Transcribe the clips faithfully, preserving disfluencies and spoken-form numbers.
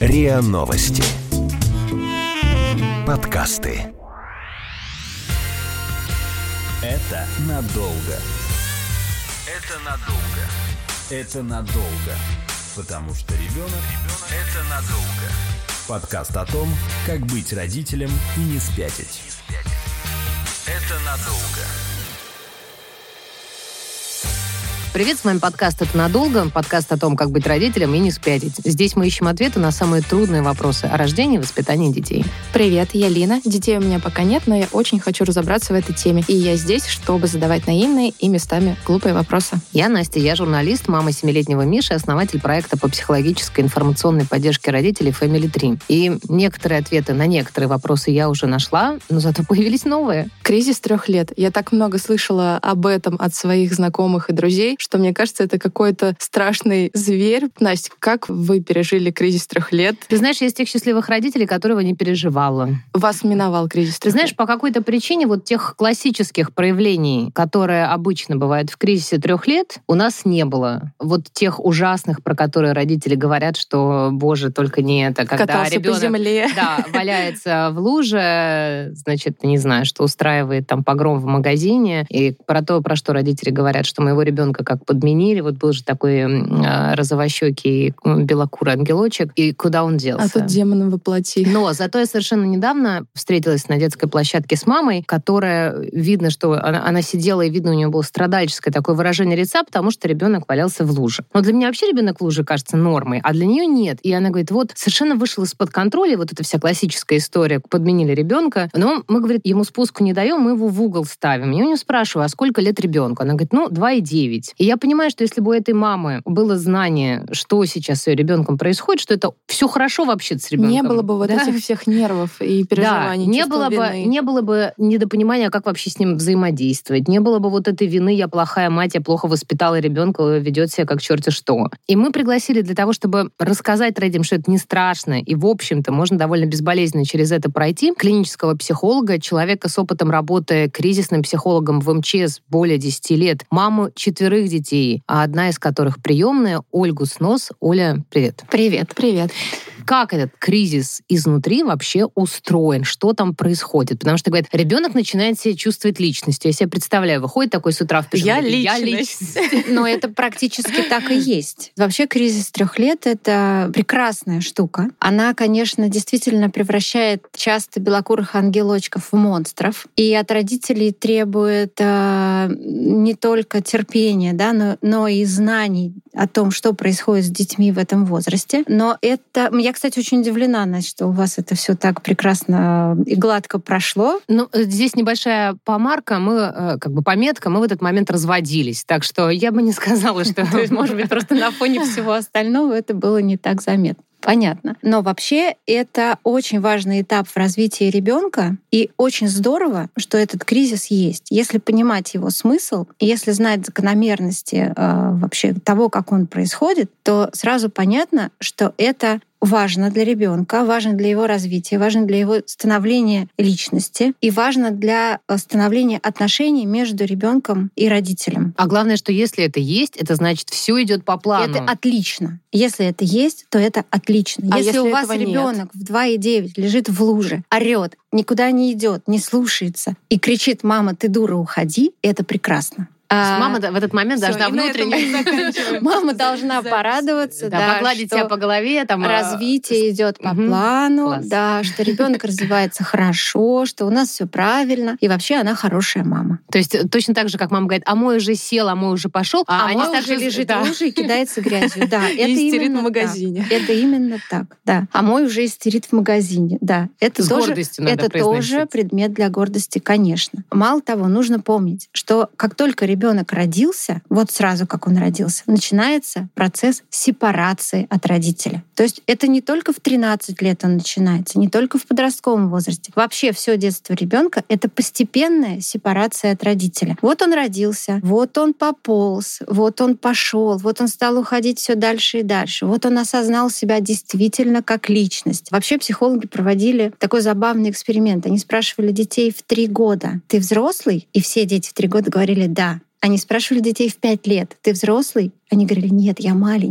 РИА Новости. Подкасты. Это надолго. Это надолго. Это надолго. Потому что ребенок – это надолго. Подкаст о том, как быть родителем и не спятить. Это надолго. Привет, с вами подкаст «Это надолго», подкаст о том, как быть родителем и не спятить. Здесь мы ищем ответы на самые трудные вопросы о рождении и воспитании детей. Привет, я Лина. Детей у меня пока нет, но я очень хочу разобраться в этой теме. И я здесь, чтобы задавать наивные и местами глупые вопросы. Я Настя, я журналист, мама семилетнего Миши, основатель проекта по психологической информационной поддержке родителей Family три. И некоторые ответы на некоторые вопросы я уже нашла, но зато появились новые. Кризис трех лет. Я так много слышала об этом от своих знакомых и друзей, что мне кажется, это какой-то страшный зверь. Настя, как вы пережили кризис трех лет? Ты знаешь, я из тех счастливых родителей, которого не переживала. Вас миновал кризис трех Ты знаешь, лет? по какой-то причине вот тех классических проявлений, которые обычно бывают в кризисе трех лет, у нас не было. Вот тех ужасных, про которые родители говорят, что, боже, только не это, когда Катался ребенок по земле. Да, валяется в луже, значит, не знаю, что устраивает там погром в магазине, и про то, про что родители говорят, что моего ребенка как подменили. Вот был же такой э, розовощекий белокурый ангелочек, и куда он делся? А тут демоны воплоти. Но зато я совершенно недавно встретилась на детской площадке с мамой, которая, видно, что она, она сидела, и видно, у нее было страдальческое такое выражение лица, потому что ребенок валялся в луже. Но для меня вообще ребенок в луже кажется нормой, а для нее нет. И она говорит, вот совершенно вышел из-под контроля, вот эта вся классическая история, подменили ребенка, но мы, говорит, ему спуску не даем, мы его в угол ставим. Я у нее спрашиваю, а сколько лет ребенку? Она говорит, ну, два и девять. И я понимаю, что если бы у этой мамы было знание, что сейчас с ее ребенком происходит, что это все хорошо вообще с ребенком. Не было бы вот да? этих всех нервов и переживаний, да, не чувства было вины. бы, не было бы недопонимания, как вообще с ним взаимодействовать. Не было бы вот этой вины, я плохая мать, я плохо воспитала ребенка, ведет себя как черти что. И мы пригласили для того, чтобы рассказать родителям, что это не страшно, и, в общем-то, можно довольно безболезненно через это пройти, клинического психолога, человека с опытом работы кризисным психологом в эм че эс более десяти лет, маму четверых детей, а одна из которых приемная, Ольгу Снос. Оля, привет. Привет. Привет. Как этот кризис изнутри вообще устроен? Что там происходит? Потому что, говорят, ребенок начинает себя чувствовать личностью. Я себе представляю, выходит такой с утра в пижаме. Я Я личность. Но это практически так и есть. Вообще кризис трех лет — это прекрасная штука. Она, конечно, действительно превращает часто белокурых ангелочков в монстров. И от родителей требует э, не только терпения, да, но, но и знаний о том, что происходит с детьми в этом возрасте. Но это... Я, кстати, очень удивлена, Настя, что у вас это все так прекрасно и гладко прошло. Ну, здесь небольшая помарка, мы, как бы пометка, мы в этот момент разводились. Так что я бы не сказала, что... То есть, может быть, просто на фоне всего остального это было не так заметно. Понятно. Но вообще это очень важный этап в развитии ребенка, и очень здорово, что этот кризис есть. Если понимать его смысл, если знать закономерности э, вообще того, как он происходит, то сразу понятно, что это важно для ребенка, важно для его развития, важно для его становления личности и важно для становления отношений между ребенком и родителем. А главное, что если это есть, это значит, все идет по плану. Это отлично. Если это есть, то это отлично. А если, если у вас этого нет? ребенок в два и девять лежит в луже, орет, никуда не идет, не слушается и кричит: «Мама, ты дура, уходи», это прекрасно. То есть мама в этот момент Всё, должна и на этом мы внутренне... заканчиваем. Мама должна Запись. порадоваться, Да, да, погладить что себя по голове. Там, развитие идет по Мгм. плану, Класс. да, что ребенок развивается хорошо, что у нас все правильно, и вообще она хорошая мама. То есть точно так же, как мама говорит, а мой уже сел, а мой уже пошел, А, они мой также уже лежит да. в луже и кидается грязью. Да, это И истерит именно в магазине. так. Это именно так, да. А мой уже истерит в магазине, да. Это С тоже, гордостью надо это произносить. тоже предмет для гордости, конечно. Мало того, нужно помнить, что как только ребенок родился, вот сразу как он родился, начинается процесс сепарации от родителя. То есть это не только в тринадцать лет он начинается, не только в подростковом возрасте. Вообще все детство ребенка — это постепенная сепарация от родителя. Вот он родился, вот он пополз, вот он пошел, вот он стал уходить все дальше и дальше. Вот он осознал себя действительно как личность. Вообще психологи проводили такой забавный эксперимент. Они спрашивали детей в три года: «Ты взрослый?» И все дети в три года говорили «да». Они спрашивали детей в пять лет: «Ты взрослый?» Они говорили: «Нет, я маленький».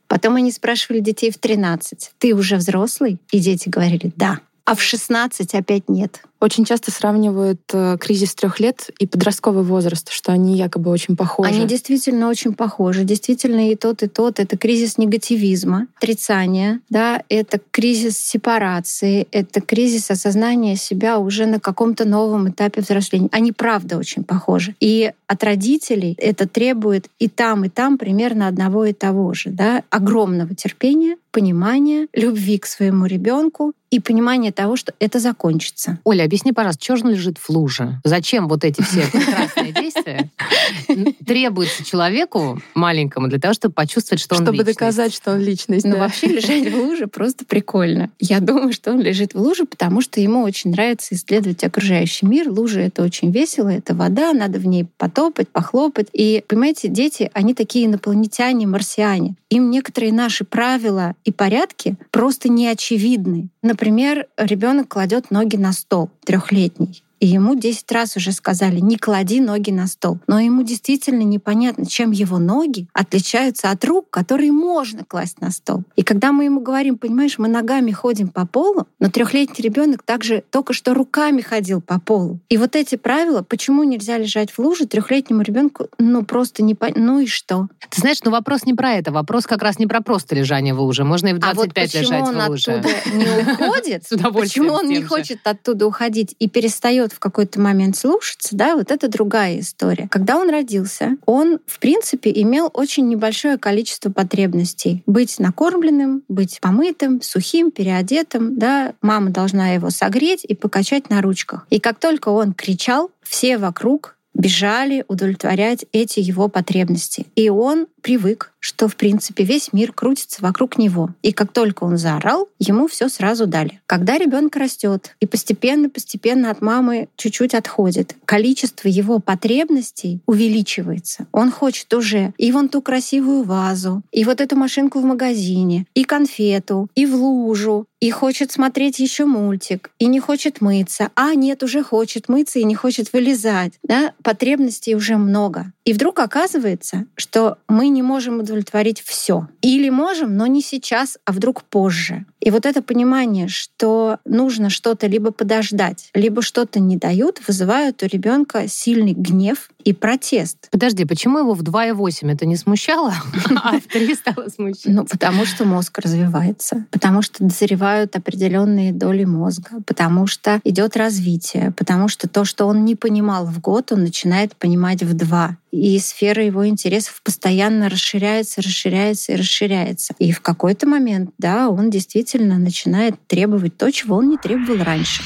Потом они спрашивали детей в тринадцать: ты уже взрослый? И дети говорили: да. А в шестнадцать опять нет. Очень часто сравнивают э, кризис трех лет и подростковый возраст, что они якобы очень похожи. Они действительно очень похожи. Действительно и тот, и тот. Это кризис негативизма, отрицания, да, это кризис сепарации, это кризис осознания себя уже на каком-то новом этапе взросления. Они правда очень похожи. И от родителей это требует и там, и там примерно одного и того же, да, огромного терпения, понимания, любви к своему ребенку и понимания того, что это закончится. Оля, объясни, пожалуйста, что же он лежит в луже? Зачем вот эти все прекрасные действия требуется человеку маленькому для того, чтобы почувствовать, что он Чтобы личность? доказать, что он личность. Ну, да. вообще лежать в луже просто прикольно. Я думаю, что он лежит в луже, потому что ему очень нравится исследовать окружающий мир. Лужа — это очень весело, это вода, надо в ней потопать, похлопать. И, понимаете, дети, они такие инопланетяне, марсиане. Им некоторые наши правила и порядки просто не очевидны. Например, ребенок кладет ноги на стол, трехлетний. И ему десять раз уже сказали: не клади ноги на стол. Но ему действительно непонятно, чем его ноги отличаются от рук, которые можно класть на стол. И когда мы ему говорим: понимаешь, мы ногами ходим по полу, но трехлетний ребенок также только что руками ходил по полу. И вот эти правила, почему нельзя лежать в луже, трехлетнему ребенку, ну просто не понятно. Ну и что? Ты знаешь, ну вопрос не про это. Вопрос как раз не про просто лежание в луже. Можно и в двадцать пять а вот лежать почему он в луже. оттуда не уходит? С удовольствием, Почему он с не тем же. хочет оттуда уходить и перестает в какой-то момент слушаться, да, вот это другая история. Когда он родился, он, в принципе, имел очень небольшое количество потребностей. Быть накормленным, быть помытым, сухим, переодетым, да. Мама должна его согреть и покачать на ручках. И как только он кричал, все вокруг бежали удовлетворять эти его потребности. И он привык, что, в принципе, весь мир крутится вокруг него. И как только он заорал, ему все сразу дали. Когда ребенок растет и постепенно-постепенно от мамы чуть-чуть отходит, количество его потребностей увеличивается. Он хочет уже и вон ту красивую вазу, и вот эту машинку в магазине, и конфету, и в лужу, и хочет смотреть еще мультик, и не хочет мыться. А нет, уже хочет мыться и не хочет вылезать. Да? Потребностей уже много. И вдруг оказывается, что мы не можем удовлетворить все. Или можем, но не сейчас, а вдруг позже. И вот это понимание, что нужно что-то либо подождать, либо что-то не дают, вызывают у ребенка сильный гнев и протест. Подожди, почему его в два и восемь это не смущало, а в три стало смущать? Ну, потому что мозг развивается, потому что дозревают определенные доли мозга, потому что идет развитие, потому что то, что он не понимал в год, он начинает понимать в два. И сфера его интересов постоянно расширяется, расширяется и расширяется. И в какой-то момент, да, он действительно начинает требовать то, чего он не требовал раньше.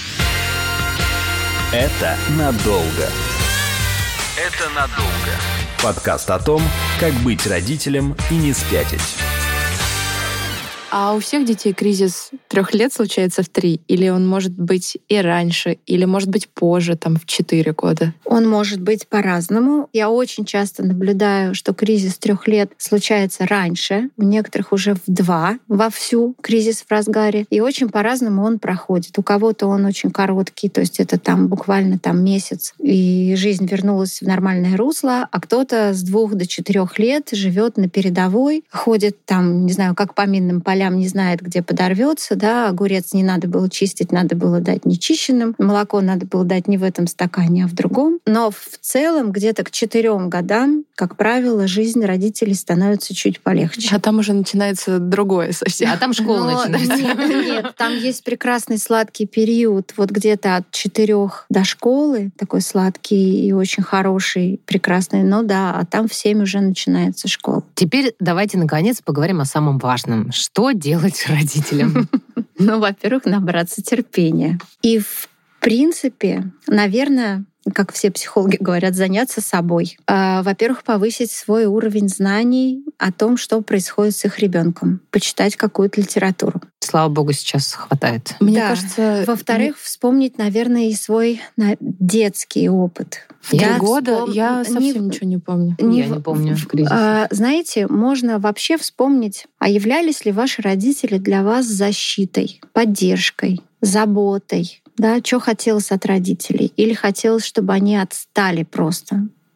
Это надолго. Это надолго. Подкаст о том, как быть родителем и не спятить. А у всех детей кризис трех лет случается в три? Или он может быть и раньше, или может быть позже, там, в четыре года? Он может быть по-разному. Я очень часто наблюдаю, что кризис трех лет случается раньше, у некоторых уже в два, вовсю кризис в разгаре. И очень по-разному он проходит. У кого-то он очень короткий, то есть это там буквально там месяц, и жизнь вернулась в нормальное русло, а кто-то с двух до четырех лет живет на передовой, ходит там, не знаю, как по минным полям, не знает, где подорвется, да, огурец не надо было чистить, надо было дать нечищенным, молоко надо было дать не в этом стакане, а в другом. Но в целом где-то к четырем годам, как правило, жизнь родителей становится чуть полегче. А там уже начинается другое совсем. А там школа Но начинается. Нет, нет, там есть прекрасный сладкий период, вот где-то от четырех до школы, такой сладкий и очень хороший, прекрасный. Но да, а там в семь уже начинается школа. Теперь давайте, наконец, поговорим о самом важном. Что делать родителям? Ну, во-первых, набраться терпения. И, в принципе, наверное, как все психологи говорят, заняться собой. Во-первых, повысить свой уровень знаний о том, что происходит с их ребенком, почитать какую-то литературу. Слава богу, сейчас хватает. Мне Да. кажется... Во-вторых, вспомнить, наверное, и свой детский опыт. Три Да, года вспом- я не совсем в- ничего не помню. Я в- не помню в кризисе. А, знаете, можно вообще вспомнить, а являлись ли ваши родители для вас защитой, поддержкой, заботой, да, что хотелось от родителей, или хотелось, чтобы они отстали просто.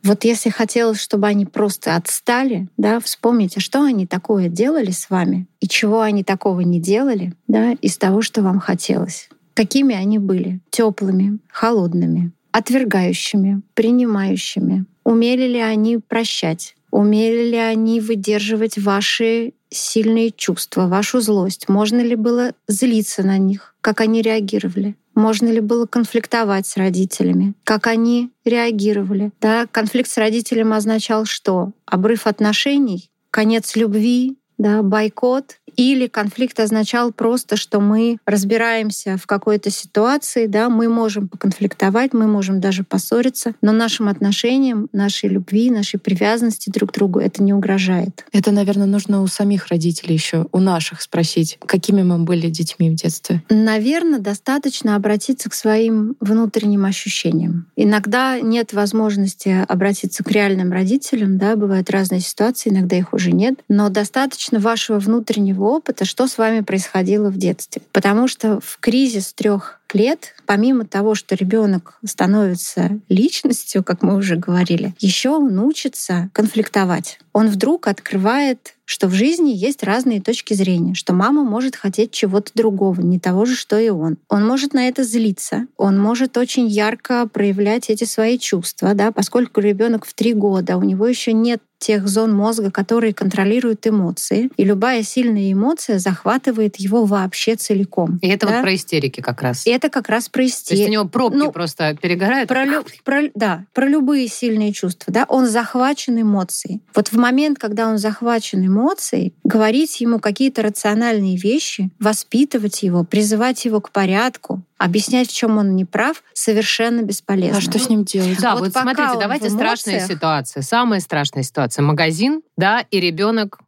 Вот если хотелось, чтобы они просто отстали, да, вспомните, что они такое делали с вами и чего они такого не делали, да, из того, что вам хотелось. Какими они были? Теплыми, холодными, отвергающими, принимающими. Умели ли они прощать? Умели ли они выдерживать ваши сильные чувства, вашу злость? Можно ли было злиться на них? Как они реагировали? Можно ли было конфликтовать с родителями? Как они реагировали? Да, конфликт с родителем означал что? Обрыв отношений, конец любви, да, бойкот. Или конфликт означал просто, что мы разбираемся в какой-то ситуации, да, мы можем поконфликтовать, мы можем даже поссориться, но нашим отношениям, нашей любви, нашей привязанности друг к другу это не угрожает. Это, наверное, нужно у самих родителей еще, у наших спросить, какими мы были детьми в детстве. Наверное, достаточно обратиться к своим внутренним ощущениям. Иногда нет возможности обратиться к реальным родителям, да, бывают разные ситуации, иногда их уже нет, но достаточно вашего внутреннего опыта, что с вами происходило в детстве. Потому что в кризис трех лет, помимо того, что ребенок становится личностью, как мы уже говорили, еще он учится конфликтовать. Он вдруг открывает, что в жизни есть разные точки зрения, что мама может хотеть чего-то другого, не того же, что и он. Он может на это злиться, он может очень ярко проявлять эти свои чувства, да, поскольку ребенок в три года, у него еще нет тех зон мозга, которые контролируют эмоции, и любая сильная эмоция захватывает его вообще целиком. И это да? вот про истерики как раз. И это как раз про истерики. То есть у него пробки ну, просто перегорают? Про, лю... про... Да, про любые сильные чувства. Да? Он захвачен эмоцией. Вот в момент, когда он захвачен эмоцией, говорить ему какие-то рациональные вещи, воспитывать его, призывать его к порядку, объяснять, в чем он не прав, совершенно бесполезно. А что с ним делать? Да, вот, вот смотрите, давайте эмоциях... страшная ситуация. Самая страшная ситуация. Магазин, да, и ребенок.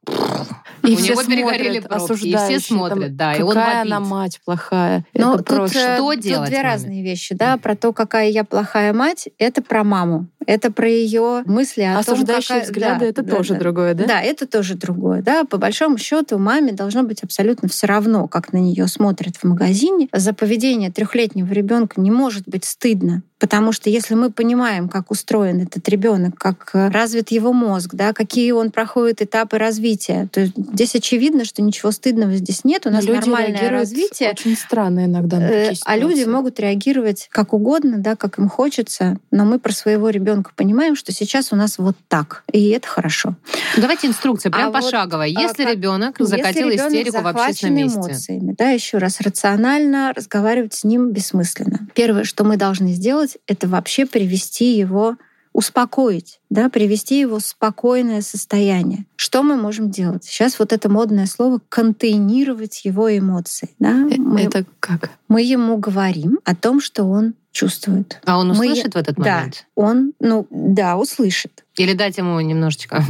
И у все него смотрят, перегорели пробки, и все смотрят, там, да, и он какая она мать плохая. Но это тут, просто... Что тут делать? Две маме? разные вещи, да, про то, какая я плохая мать, это про маму. Это про ее мысли о том, осуждающие какая... взгляды, да, это да, тоже да. другое, да? Да, это тоже другое, да. По большому счету маме должно быть абсолютно все равно, как на нее смотрят в магазине. За поведение трехлетнего ребенка не может быть стыдно, потому что если мы понимаем, как устроен этот ребенок, как развит его мозг, да, какие он проходит этапы развития, то есть здесь очевидно, что ничего стыдного здесь нет. У нас люди нормальное развитие. Очень странно иногда на такие ситуации. А люди могут реагировать как угодно, да, как им хочется, но мы про своего ребенка понимаем, что сейчас у нас вот так, и это хорошо. Давайте инструкция, прям а пошагово. Вот, если а, ребенок если закатил ребенок истерику в общественном месте. Эмоциями, да, еще раз, рационально разговаривать с ним бессмысленно. Первое, что мы должны сделать, это вообще привести его, успокоить, да, привести его в спокойное состояние. Что мы можем делать? Сейчас вот это модное слово «контейнировать его эмоции». Да? Мы, это как? Мы ему говорим о том, что он чувствует. А он услышит мы, в этот да, момент? Он, ну, да, услышит. Или дать ему немножечко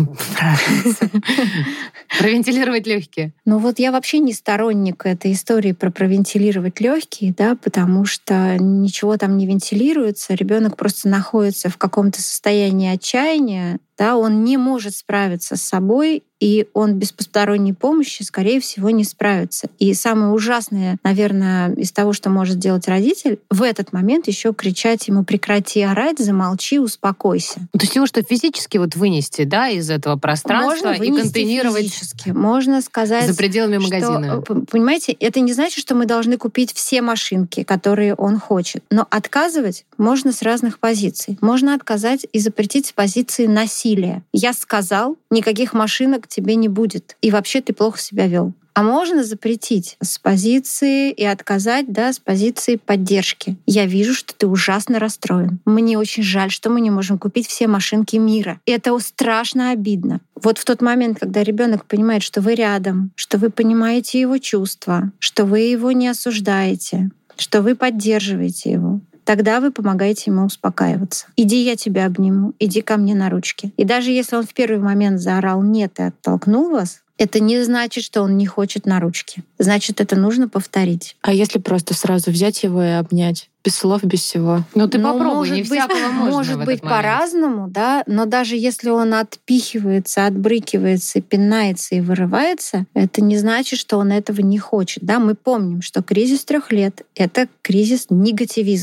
провентилировать легкие? Ну вот я вообще не сторонник этой истории про провентилировать легкие, да, потому что ничего там не вентилируется, ребенок просто находится в каком-то состоянии отчаяния, да, он не может справиться с собой, и он без посторонней помощи, скорее всего, не справится. И самое ужасное, наверное, из того, что может сделать родитель, в этот момент еще кричать ему: прекрати орать, замолчи, успокойся. То есть его что, физически вот вынести, да, из этого пространства и контейнировать физически. Можно сказать за пределами магазина? Что, понимаете, это не значит, что мы должны купить все машинки, которые он хочет. Но отказывать можно с разных позиций. Можно отказать и запретить с позиции насилия. Я сказал, никаких машинок тебе не будет. И вообще ты плохо себя вел. А можно запретить с позиции и отказать, да, с позиции поддержки. Я вижу, что ты ужасно расстроен. Мне очень жаль, что мы не можем купить все машинки мира. И это страшно обидно. Вот в тот момент, когда ребенок понимает, что вы рядом, что вы понимаете его чувства, что вы его не осуждаете, что вы поддерживаете его, тогда вы помогаете ему успокаиваться. Иди, я тебя обниму, иди ко мне на ручки. И даже если он в первый момент заорал «нет» и оттолкнул вас, это не значит, что он не хочет на ручки. Значит, это нужно повторить. А если просто сразу взять его и обнять? Без слов, без всего. Ну ты ну, попробуй, не быть, всякого можно Может в быть этот момент. по-разному, да, но даже если он отпихивается, отбрыкивается, пинается и вырывается, это не значит, что он этого не хочет. Да? Мы помним, что кризис трех лет — это кризис негативизма.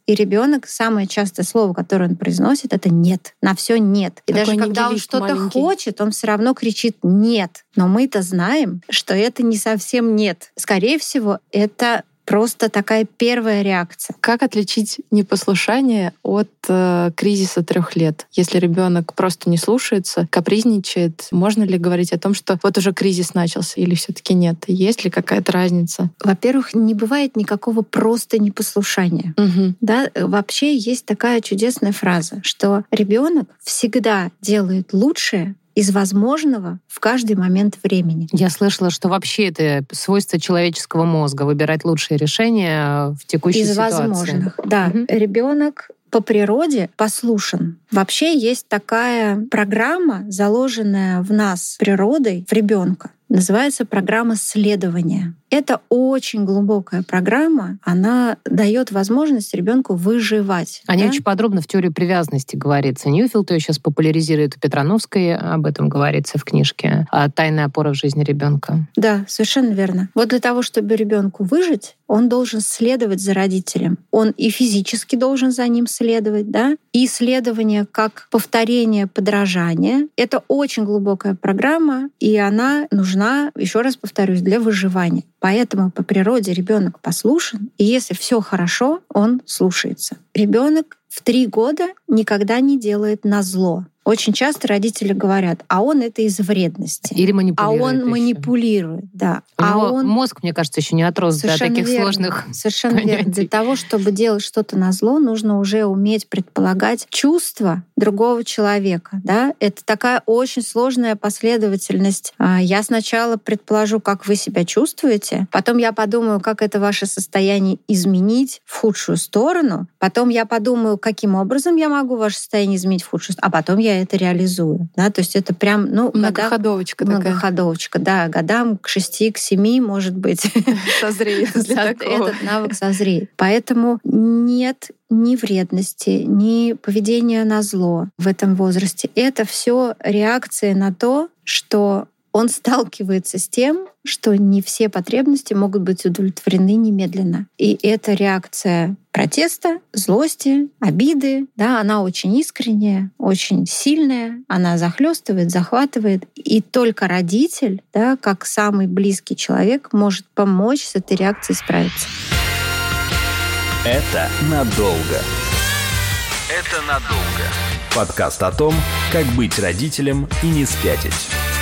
И ребенок, самое частое слово, которое он произносит, это «нет». На все «нет». И Такой даже когда он что-то маленький. хочет, он все равно кричит «нет». Но мы-то знаем, что это не совсем «нет». Скорее всего, это просто такая первая реакция. Как отличить непослушание от э, кризиса трех лет? Если ребенок просто не слушается, капризничает, можно ли говорить о том, что вот уже кризис начался, или все-таки нет? Есть ли какая-то разница? Во-первых, не бывает никакого просто непослушания. Угу. Да, вообще есть такая чудесная фраза, что ребенок всегда делает лучшее из возможного в каждый момент времени. Я слышала, что вообще это свойство человеческого мозга — выбирать лучшие решения в текущей из ситуации. Из возможных, да. Угу. Ребенок по природе послушен. Вообще есть такая программа, заложенная в нас природой, в ребенка. Называется программа следования. Это очень глубокая программа. Она дает возможность ребенку выживать. О ней да? очень подробно в теории привязанности говорится. Ньюфилд ее сейчас популяризирует, у Петрановской об этом говорится в книжке «Тайная опора в жизни ребенка». Да, совершенно верно. Вот для того, чтобы ребенку выжить, он должен следовать за родителем. Он и физически должен за ним следовать, да, и следование как повторение, подражание. Это очень глубокая программа, и она нужна, еще раз повторюсь, для выживания. Поэтому по природе ребенок послушен, и если все хорошо, он слушается. Ребенок в три года никогда не делает назло. Очень часто родители говорят, а он это из вредности. Или манипулирует. А он еще. манипулирует, да. У а него он... мозг, мне кажется, еще не отрос до таких верно. сложных Совершенно понятий. верно. Для того, чтобы делать что-то назло, нужно уже уметь предполагать чувства другого человека. Да? Это такая очень сложная последовательность. Я сначала предположу, как вы себя чувствуете, потом я подумаю, как это ваше состояние изменить в худшую сторону, потом я подумаю, каким образом я могу ваше состояние изменить в худшую сторону, а потом я это реализую. Да? То есть это прям... Ну, многоходовочка года... такая. Многоходовочка, да. Годам к шести, к семи, может быть. Созреет для такого. Этот навык созреет. Поэтому нет ни вредности, ни поведения назло в этом возрасте. Это все реакция на то, что он сталкивается с тем, что не все потребности могут быть удовлетворены немедленно. И это реакция протеста, злости, обиды. Да, она очень искренняя, очень сильная, она захлестывает, захватывает. И только родитель, да, как самый близкий человек, может помочь с этой реакцией справиться. Это надолго. Это надолго. Подкаст о том, как быть родителем и не спятить.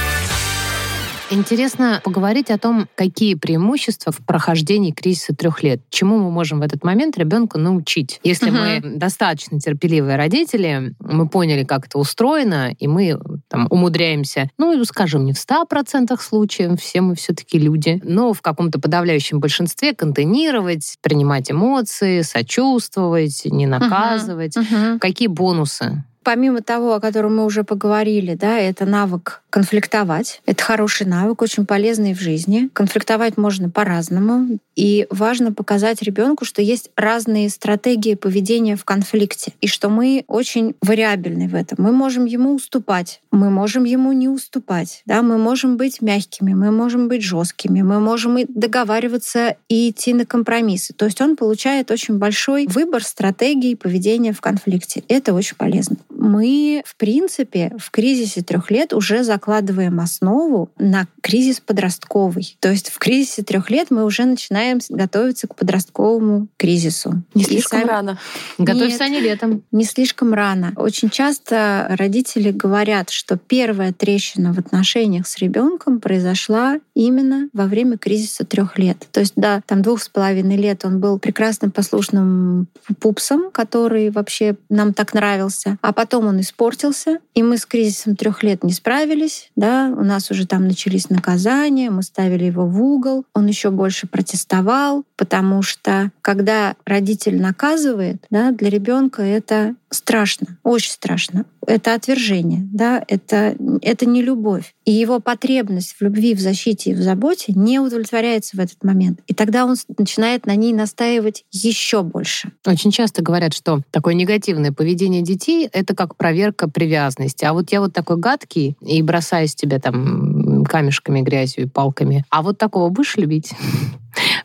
Интересно поговорить о том, какие преимущества в прохождении кризиса трех лет. Чему мы можем в этот момент ребенка научить? Если uh-huh. мы достаточно терпеливые родители, мы поняли, как это устроено, и мы там умудряемся, ну, скажем, не в ста процентах случаев, все мы все-таки люди, но в каком-то подавляющем большинстве контейнировать, принимать эмоции, сочувствовать, не наказывать. Uh-huh. Uh-huh. Какие бонусы? Помимо того, о котором мы уже поговорили, да, это навык конфликтовать. Это хороший навык, очень полезный в жизни. Конфликтовать можно по-разному. И важно показать ребенку, что есть разные стратегии поведения в конфликте. И что мы очень вариабельны в этом. Мы можем ему уступать, мы можем ему не уступать. Да? Мы можем быть мягкими, мы можем быть жесткими, мы можем и договариваться и идти на компромиссы. То есть он получает очень большой выбор стратегий поведения в конфликте. Это очень полезно. Мы, в принципе, в кризисе трех лет уже закладываем основу на кризис подростковый. То есть в кризисе трех лет мы уже начинаем готовиться к подростковому кризису. Не слишком сами... рано. Готовься они летом. Не слишком рано. Очень часто родители говорят, что первая трещина в отношениях с ребенком произошла именно во время кризиса трех лет. То есть, да, там двух с половиной лет он был прекрасным послушным пупсом, который вообще нам так нравился, а потом он испортился, и мы с кризисом трех лет не справились, да, у нас уже там начались наказания, мы ставили его в угол, он еще больше протестовал, потому что когда родитель наказывает, да, для ребенка это страшно, очень страшно. Это отвержение, да, это, это не любовь. И его потребность в любви, в защите и в заботе не удовлетворяется в этот момент. И тогда он начинает на ней настаивать еще больше. Очень часто говорят, что такое негативное поведение детей — это как проверка привязанности. А вот я вот такой гадкий и бросаюсь тебя там камешками, грязью и палками. А вот такого будешь любить?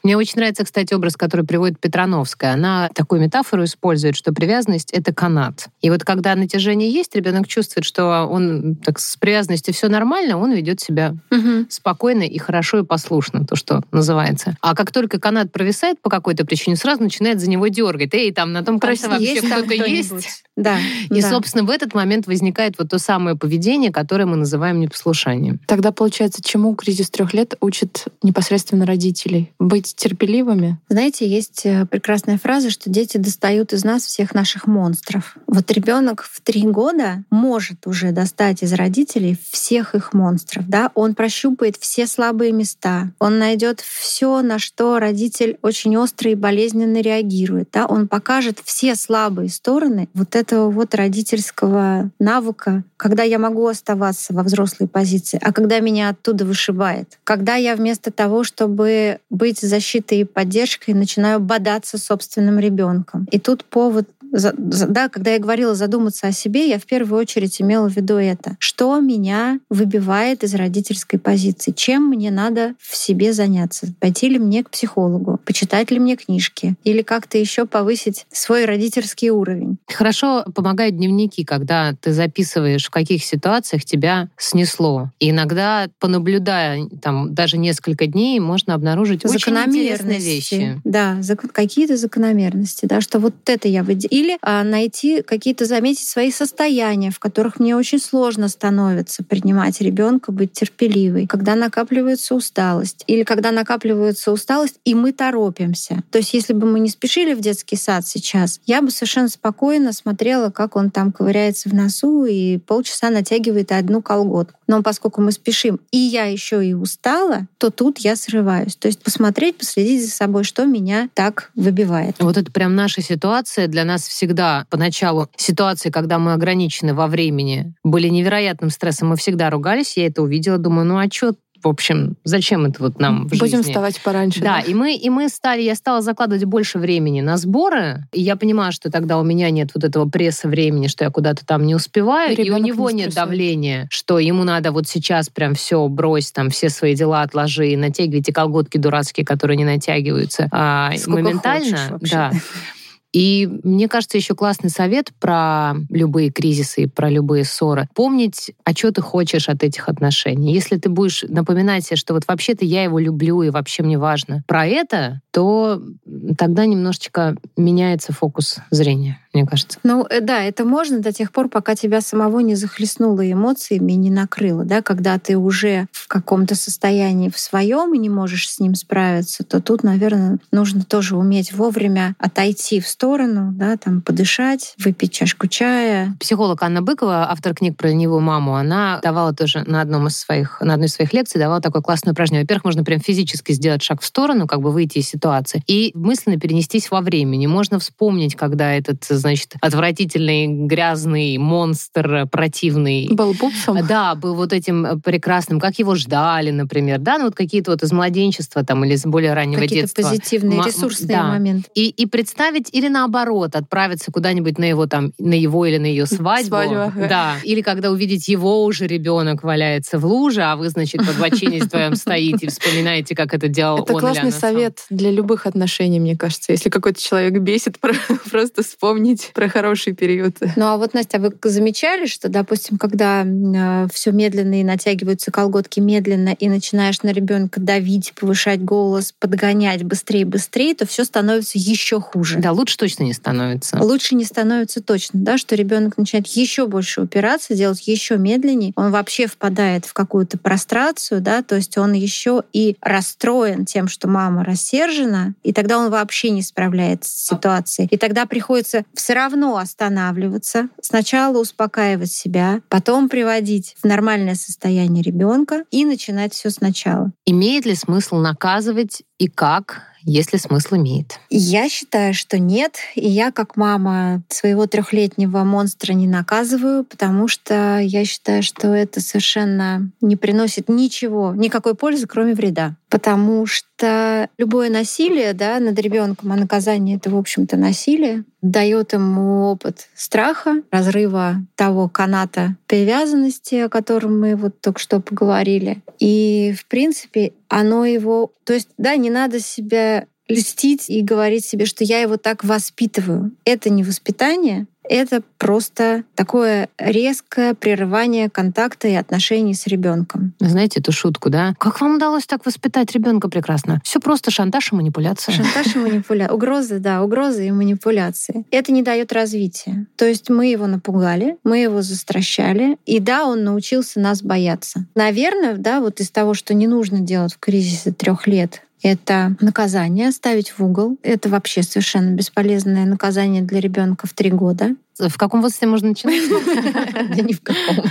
Мне очень нравится, кстати, образ, который приводит Петрановская. Она такую метафору использует, что привязанность — это канат. И вот когда натяжение есть, ребенок чувствует, что он так с привязанностью все нормально, он ведет себя угу. спокойно и хорошо и послушно, то, что называется. А как только канат провисает по какой-то причине, сразу начинает за него дергать. Эй, там на том конце вообще кто-то есть. Да. И, да. собственно, в этот момент возникает вот то самое поведение, которое мы называем непослушанием. Тогда, получается, чему кризис трех лет учит непосредственно родителей? Быть терпеливыми? Знаете, есть прекрасная фраза, что дети достают из нас всех наших монстров. Вот ребенок в три года может уже достать из родителей всех их монстров. Да? Он прощупает все слабые места. Он найдет все, на что родитель очень остро и болезненно реагирует. Да? Он покажет все слабые стороны вот этого вот родительского навыка, когда я могу оставаться во взрослой позиции, а когда меня оттуда вышибает. Когда я вместо того, чтобы быть защитой и поддержкой, начинаю бодаться собственным ребенком. И тут повод, да, когда я говорила задуматься о себе, я в первую очередь имела в виду это. Что меня выбивает из родительской позиции? Чем мне надо в себе заняться? Пойти ли мне к психологу? Почитать ли мне книжки? Или как-то еще повысить свой родительский уровень? Хорошо помогают дневники, когда ты записываешь, в каких ситуациях тебя снесло. И иногда, понаблюдая там даже несколько дней, можно обнаружить очень интересные вещи. Да, какие-то закономерности, да, что вот это я выделила. Или а, найти какие-то, заметить свои состояния, в которых мне очень сложно становится принимать ребенка, быть терпеливой, когда накапливается усталость, или когда накапливается усталость, и мы торопимся. То есть если бы мы не спешили в детский сад сейчас, я бы совершенно спокойно смотрела, как он там ковыряется в носу и полчаса натягивает одну колготку. Но поскольку мы спешим, и я еще и устала, то тут я срываюсь. То есть посмотреть, последить за собой, что меня так выбивает. Вот это прям наша ситуация. Для нас всегда поначалу ситуации, когда мы ограничены во времени, были невероятным стрессом. Мы всегда ругались. Я это увидела, думаю, ну а что? В общем, зачем это вот нам в жизни? Будем вставать пораньше. Да, да? И, мы, и мы стали, я стала закладывать больше времени на сборы, и я понимаю, что тогда у меня нет вот этого пресса времени, что я куда-то там не успеваю, и, и у него не нет давления, что ему надо вот сейчас прям все брось, там все свои дела отложи, и натягивай эти колготки дурацкие, которые не натягиваются а, моментально. Да. И мне кажется, еще классный совет про любые кризисы и про любые ссоры. Помнить, а что ты хочешь от этих отношений. Если ты будешь напоминать себе, что вот вообще-то я его люблю и вообще мне важно про это, то тогда немножечко меняется фокус зрения, мне кажется. Ну да, это можно до тех пор, пока тебя самого не захлестнуло эмоциями и не накрыло. Да? Когда ты уже в каком-то состоянии в своем и не можешь с ним справиться, то тут, наверное, нужно тоже уметь вовремя отойти в сторону, сторону, да, там подышать, выпить чашку чая. Психолог Анна Быкова, автор книг про ленивую маму, она давала тоже на одном из своих, на одной из своих лекций давала такое классное упражнение. Во-первых, можно прям физически сделать шаг в сторону, как бы выйти из ситуации, и мысленно перенестись во времени. Можно вспомнить, когда этот, значит, отвратительный, грязный монстр, противный... Был пупсом? Да, был вот этим прекрасным, как его ждали, например, да, ну вот какие-то вот из младенчества там или с более раннего какие-то детства. Какие-то позитивные, М- ресурсные да. моменты. И, и представить или наоборот, отправиться куда-нибудь на его там, на его или на ее свадьбу. Свадьба. Да. Или когда увидеть его уже ребенок валяется в луже, а вы, значит, под бочине вдвоем стоите и вспоминаете, как это делал это он или она. Это классный совет для любых отношений, мне кажется. Если какой-то человек бесит, просто вспомнить про хороший период. Ну а вот, Настя, вы замечали, что, допустим, когда все медленно и натягиваются колготки медленно, и начинаешь на ребенка давить, повышать голос, подгонять быстрее, быстрее, то все становится еще хуже. Да, лучше точно не становится. Лучше не становится точно, да, что ребенок начинает еще больше упираться, делать еще медленнее, он вообще впадает в какую-то прострацию, да, то есть он еще и расстроен тем, что мама рассержена, и тогда он вообще не справляется с ситуацией. И тогда приходится все равно останавливаться, сначала успокаивать себя, потом приводить в нормальное состояние ребенка и начинать все сначала. Имеет ли смысл наказывать и как, если смысл имеет? Я считаю, что нет. И я, как мама своего трехлетнего монстра, не наказываю, потому что я считаю, что это совершенно не приносит ничего, никакой пользы, кроме вреда. Потому что что любое насилие, да, над ребенком, а наказание — это, в общем-то, насилие, дает ему опыт страха, разрыва того каната привязанности, о котором мы вот только что поговорили. И, в принципе, оно его... То есть, да, не надо себя льстить и говорить себе, что я его так воспитываю. Это не воспитание, это просто такое резкое прерывание контакта и отношений с ребенком. Знаете эту шутку, да? Как вам удалось так воспитать ребенка прекрасно? Все просто шантаж и манипуляция. Шантаж и манипуляция. Угрозы, да, угрозы и манипуляции. Это не дает развития. То есть мы его напугали, мы его застращали, и да, он научился нас бояться. Наверное, да, вот из того, что не нужно делать в кризисе трех лет, это наказание, ставить в угол. Это вообще совершенно бесполезное наказание для ребенка в три года. В каком возрасте можно начинать? Да ни в каком.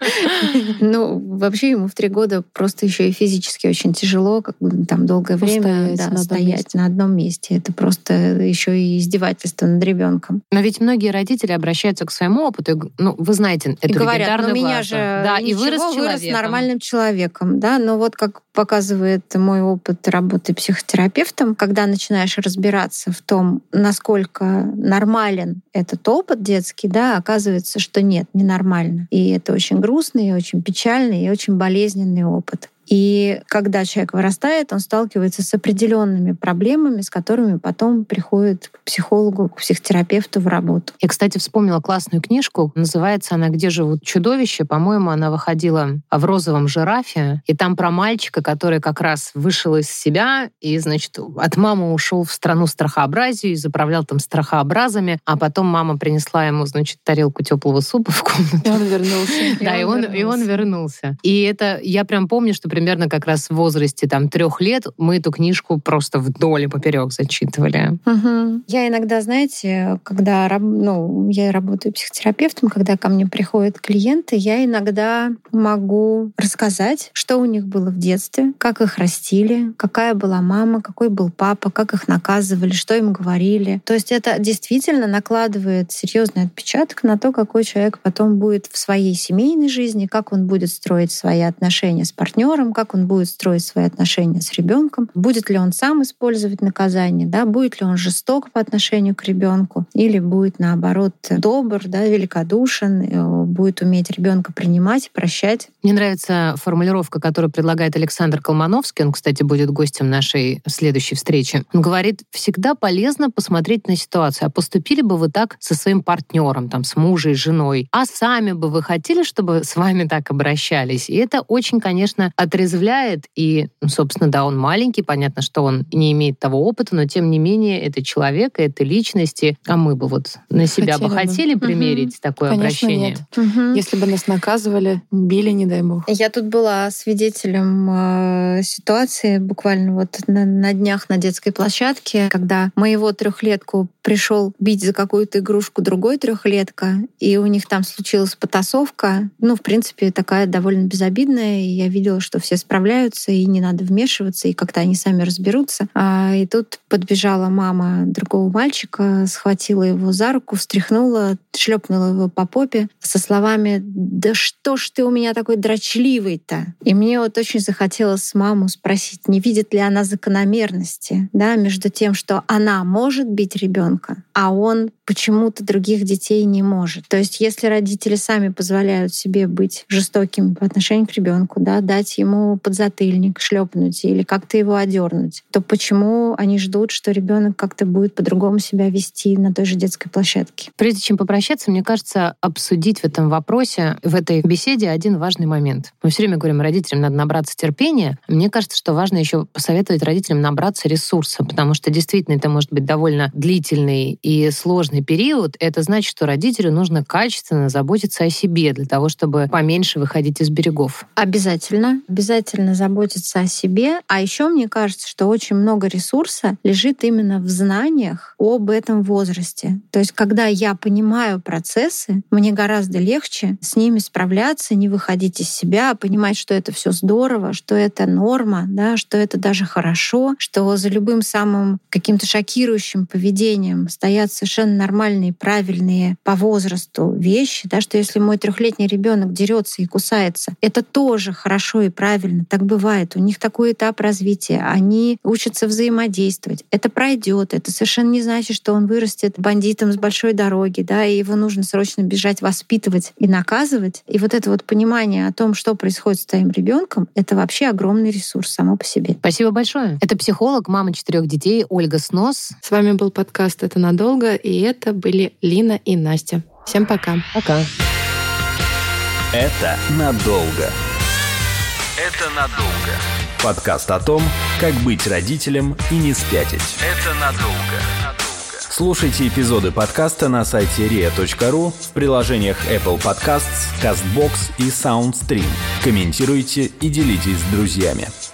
Ну, вообще ему в три года просто еще и физически очень тяжело, как бы там долгое время стоять на одном месте. Это просто еще и издевательство над ребенком. Но ведь многие родители обращаются к своему опыту, ну, вы знаете, эту легендарную базу. Меня же да, и вырос, вырос нормальным человеком. Да? Но вот как показывает мой опыт работы психотерапевтом, когда начинаешь разбираться в том, насколько нормален этот опыт детский, да, оказывается, что нет, ненормально. И это очень грустный, очень печальный и очень болезненный опыт. И когда человек вырастает, он сталкивается с определенными проблемами, с которыми потом приходит к психологу, к психотерапевту в работу. Я, кстати, вспомнила классную книжку. Называется она «Где живут чудовища». По-моему, она выходила в розовом жирафе. И там про мальчика, который как раз вышел из себя и, значит, от мамы ушел в страну страхообразию и заправлял там страхообразами. А потом мама принесла ему, значит, тарелку теплого супа в комнату. И он вернулся. Да, и он, и он вернулся. И это я прям помню, что примерно как раз в возрасте там трех лет мы эту книжку просто вдоль и поперек зачитывали. Угу. Я иногда, знаете, когда ну, я работаю психотерапевтом, когда ко мне приходят клиенты, я иногда могу рассказать, что у них было в детстве, как их растили, какая была мама, какой был папа, как их наказывали, что им говорили. То есть это действительно накладывает серьезный отпечаток на то, какой человек потом будет в своей семейной жизни, как он будет строить свои отношения с партнером, как он будет строить свои отношения с ребенком, будет ли он сам использовать наказание, да, будет ли он жесток по отношению к ребенку, или будет наоборот добр, да, великодушен, будет уметь ребенка принимать и прощать. Мне нравится формулировка, которую предлагает Александр Колмановский. Он, кстати, будет гостем нашей следующей встречи. Он говорит: всегда полезно посмотреть на ситуацию. А поступили бы вы так со своим партнером, там, с мужем, женой? А сами бы вы хотели, чтобы с вами так обращались? И это очень, конечно, отрезвляет. И, собственно, да, он маленький, понятно, что он не имеет того опыта, но тем не менее это человек, это личности. А мы бы вот на себя хотели бы хотели бы. примерить угу. такое Конечно, обращение? Нет. Угу. Если бы нас наказывали, били, не дай бог. Я тут была свидетелем э, ситуации буквально вот на, на днях на детской площадке, когда моего трехлетку пришел бить за какую-то игрушку другой трехлетка, и у них там случилась потасовка. Ну, в принципе, такая довольно безобидная, и я видела, что все справляются, и не надо вмешиваться, и как-то они сами разберутся. А, и тут подбежала мама другого мальчика, схватила его за руку, встряхнула, шлепнула его по попе со словами: «Да что ж ты у меня такой дрочливый-то?» И мне вот очень захотелось маму спросить, не видит ли она закономерности, да, между тем, что она может бить ребенка, а он почему-то других детей не может. То есть если родители сами позволяют себе быть жестокими по отношению к ребенку, да, дать ему подзатыльник, шлепнуть или как-то его одернуть, то почему они ждут, что ребенок как-то будет по-другому себя вести на той же детской площадке? Прежде чем попрощаться, мне кажется, обсудить в этом вопросе, в этой беседе один важный момент. Мы все время говорим, родителям надо набраться терпения. Мне кажется, что важно еще посоветовать родителям набраться ресурса, потому что действительно это может быть довольно длительный и сложный период. Это значит, что родителю нужно качественно заботиться о себе для того, чтобы поменьше выходить из берегов. Обязательно. Обязательно заботиться о себе. А еще мне кажется, что очень много ресурса лежит именно в знаниях об этом возрасте. То есть, когда я понимаю процессы, мне гораздо легче с ними справляться, не выходить из себя, понимать, что это все здорово, что это норма, да, что это даже хорошо, что за любым самым каким-то шокирующим поведением стоят совершенно нормальные, правильные по возрасту вещи, да, что если мой трехлетний ребенок дерется и кусается, это тоже хорошо и правильно, так бывает. У них такой этап развития, они учатся взаимодействовать. Это пройдет, это совершенно не значит, что он вырастет бандитом с большой дороги, да, и его нужно срочно бежать, воспитывать и наказывать. И вот это вот понимание о том, что происходит с твоим ребенком, это вообще огромный ресурс само по себе. Спасибо большое. Это психолог, мама четырех детей Ольга Снос. С вами был подкаст «Это надолго», и это были Лина и Настя. Всем пока. Пока. Это надолго. Это надолго. Подкаст о том, как быть родителем и не спятить. Это надолго. Слушайте эпизоды подкаста на сайте риа точка ру, в приложениях Apple Podcasts, CastBox и SoundStream. Комментируйте и делитесь с друзьями.